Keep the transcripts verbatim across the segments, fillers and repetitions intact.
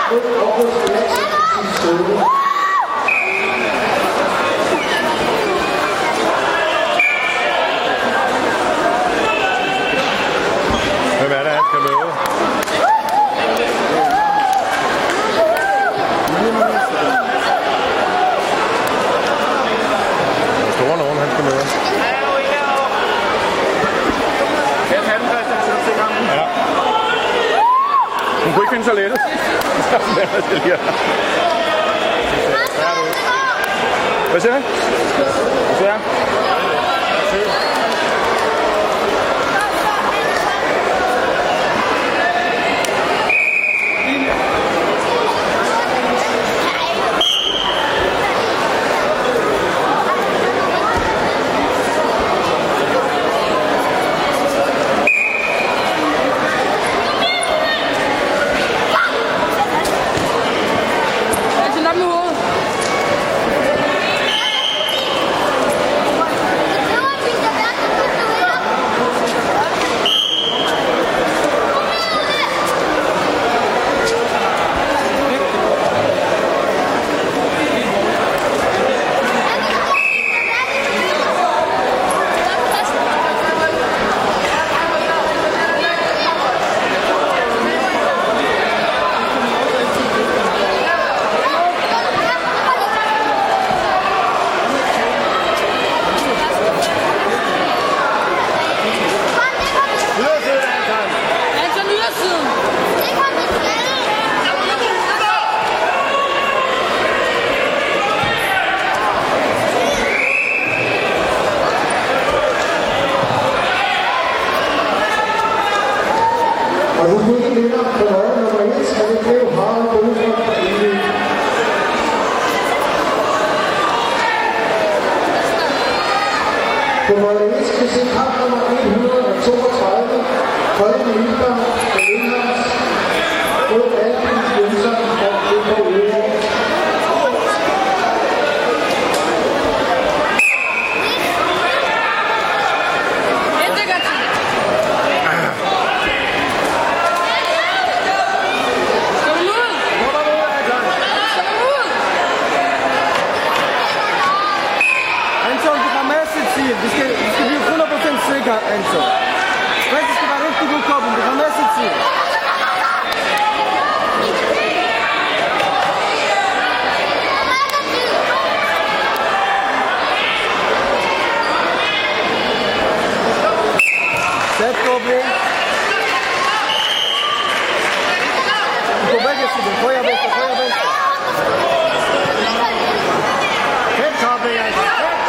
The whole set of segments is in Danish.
Hvem er det, han skal møde? Der står nogen, han skal møde. Ja. Hun kunne ikke finde toilettet. Hvad siger han? Hvad siger han? Og nu fik vi vinder på løjet nummer et, og det blev Harald Bostrup fra Ely. På løjet et skal vi se kamp nummer et hundrede og toogtredive, Kolden Ylber og Indlands mod Albin Jønsson og Ølgaard Øger. Vi skal, vi skal blive hundrede procent sikre, Anton. Rigtig skal være rigtig god kobling. Du har masser af tid. Sæt kobling. Du går begge siden. Højre venstre, højre venstre. Sæt kobling, Anton.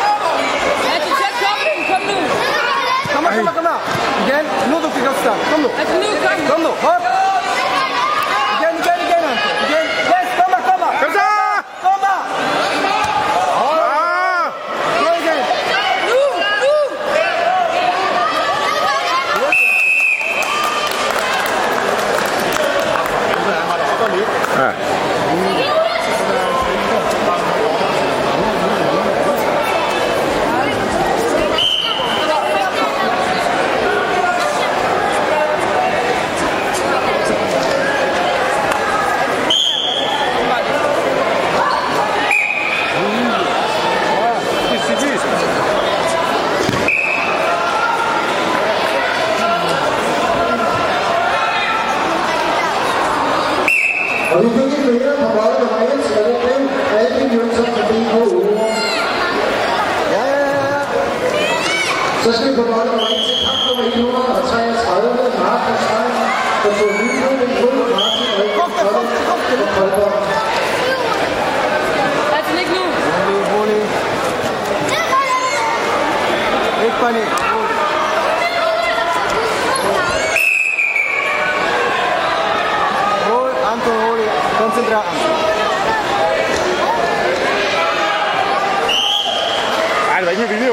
Kom her, kom her, kom her. Igen. Nu du fik opstand. Kom nu. Kom nu. Hop. Igen, igen, igen, Anton. Igen. Yes, kom her, kom her. Kom så! Kom her. Ah! Gå igen. Nu, nu. Ja. Og vi fik en vinder på løjet nummer et, og det blev Albin Jønsson fra B K Øger. Ja, ja, ja. Så skal vi på løjet nummer et til kamp nummer et hundrede og treogtredive, Markus Stein, der tog Nykøbing mod Martin Rikard Kolding og Koldborg. Altså ikke nu. Rolig, rolig. Ikke panik. Rolig, Anton, rolig. Koncentrera, Anton. Ej, det var ikke med vilje, jo.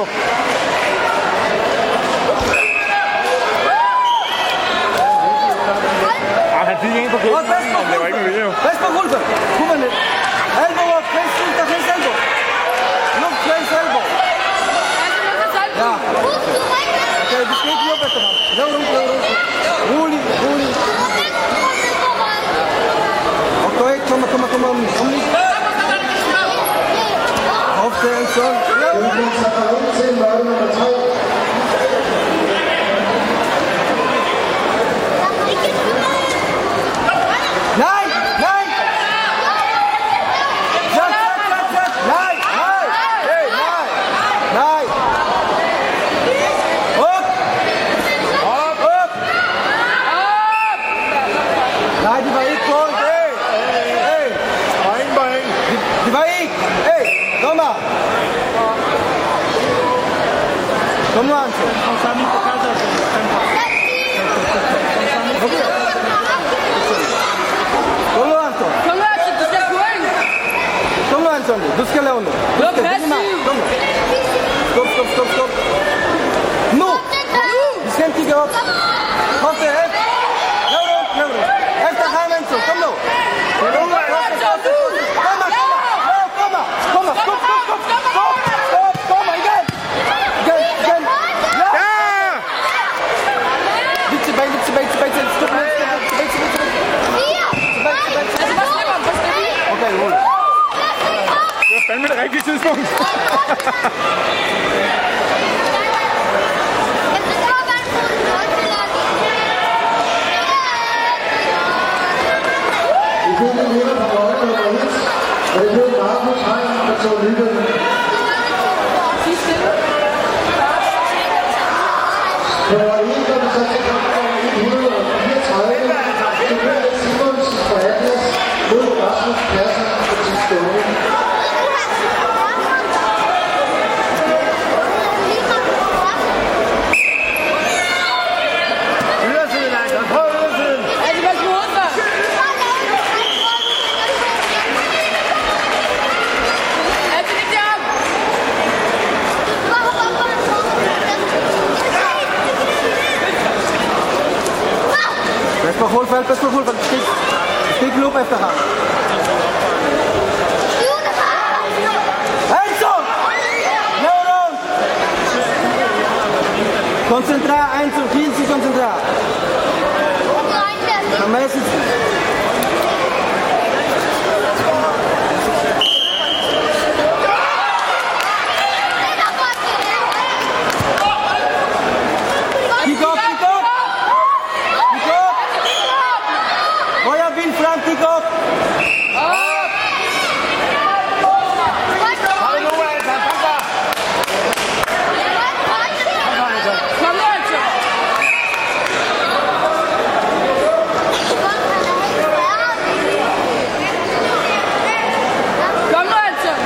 Ej, han fik en på kæden, men det var ikke med vilje, jo. Pas på gulvet. Kom med lidt. Elbow up, face center, face elbow. Look, face elbow. Ja. Okay, vi skal ikke løbe efter ham. Lav rum, lav rum. Rolig, rolig. Og gå ikke Kom maar, kom maar, kom maar. Kom niet. Hoofdstellen, zo. Nee, nee. Zet, zet, zet, zet. Nee, nee. Nee, nee. Op. Op, op. Nee, die var ikke på. Hey, hey. Bang, bang. Die var ikke. Hey, kom maar. Kom nu, Anton. Okay. Kom nu, Anton. Kom nu, Anton, du skal point. Kom nu, Anton. Du skal lave noget. Du er passiv. Kom nu. Stop, stop, stop, stop. Nu. Vi skal kigge op. Hofte, hæft. Lav det, lav det. Efter ham, Anton. Kom nu. Kom nu, Anton. Kom her, kom her. Kom her. Kom her. Stop, stop, stop. Stop, stop. Kom her, igen. Igen, igen. Ja. Lidt tilbage, lidt tilbage, tilbage til. Stop, tilbage, tilbage, tilbage. Okay, rolig. Det var fandme det rigtige tidspunkt. Ifølge vinder på bolden nummer et, er det blevet Markus Hein, der tog lykken. På nummer et går vi så til kamp nummer et hundrede og fireogtredive. Tobias Simonsen fra Atlas mod Rasmus Persson fra Team Skåne. Ydersiden, Anton. Prøv ydersiden. Er det vel på hovedet? Er det ikke der? Pas på holdfald, pas på holdfald. Stik, stik løb efter ham. Anton! Lav rundt! Koncentrer, Anton. Helt sig koncentrer. Kom med sig. Kig op, kig op! Kig op! Højre vind frem, kig op! Har vi nu, Anton? Kom der. Kom nu, Anton. Kom nu, Anton.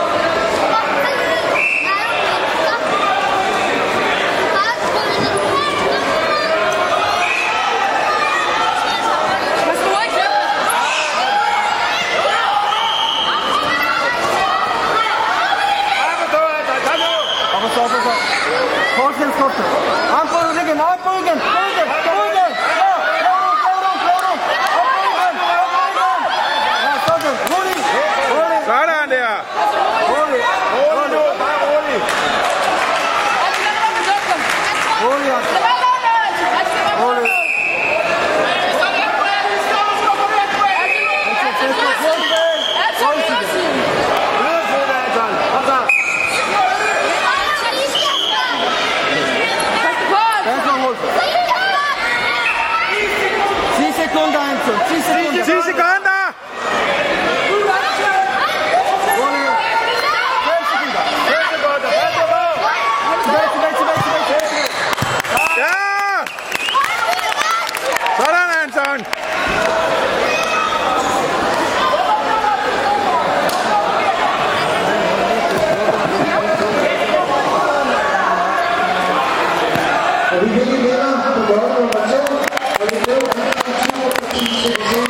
Pas på hovedet, Anton. Kom så, Anton. Kom nu. Op og så, op og så. Fortsæt, fortsæt. Arm på ryggen, arm på ryggen, på ryggen, på ryggen. Ja, lav rundt, lav rundt, lav rundt. Op på ryggen, op på ryggen. Ja, sådan. Rolig, rolig, Sådan der. rolig. Rolig nu. Bare rolig. Rolig, Anton. Rolig. Ydersiden, Anton. Kom så. Pas på holdfald. ti sekunder, Anton. ti sekunder. ti sekunder. Rolig. fem sekunder. fem sekunder. Pas på på. Tilbage, tilbage, tilbage, tilbage, tilbage. Ja. Sådan, Anton. Og vi vinder på bolden nummer to, og det blev han i tur for Team C C.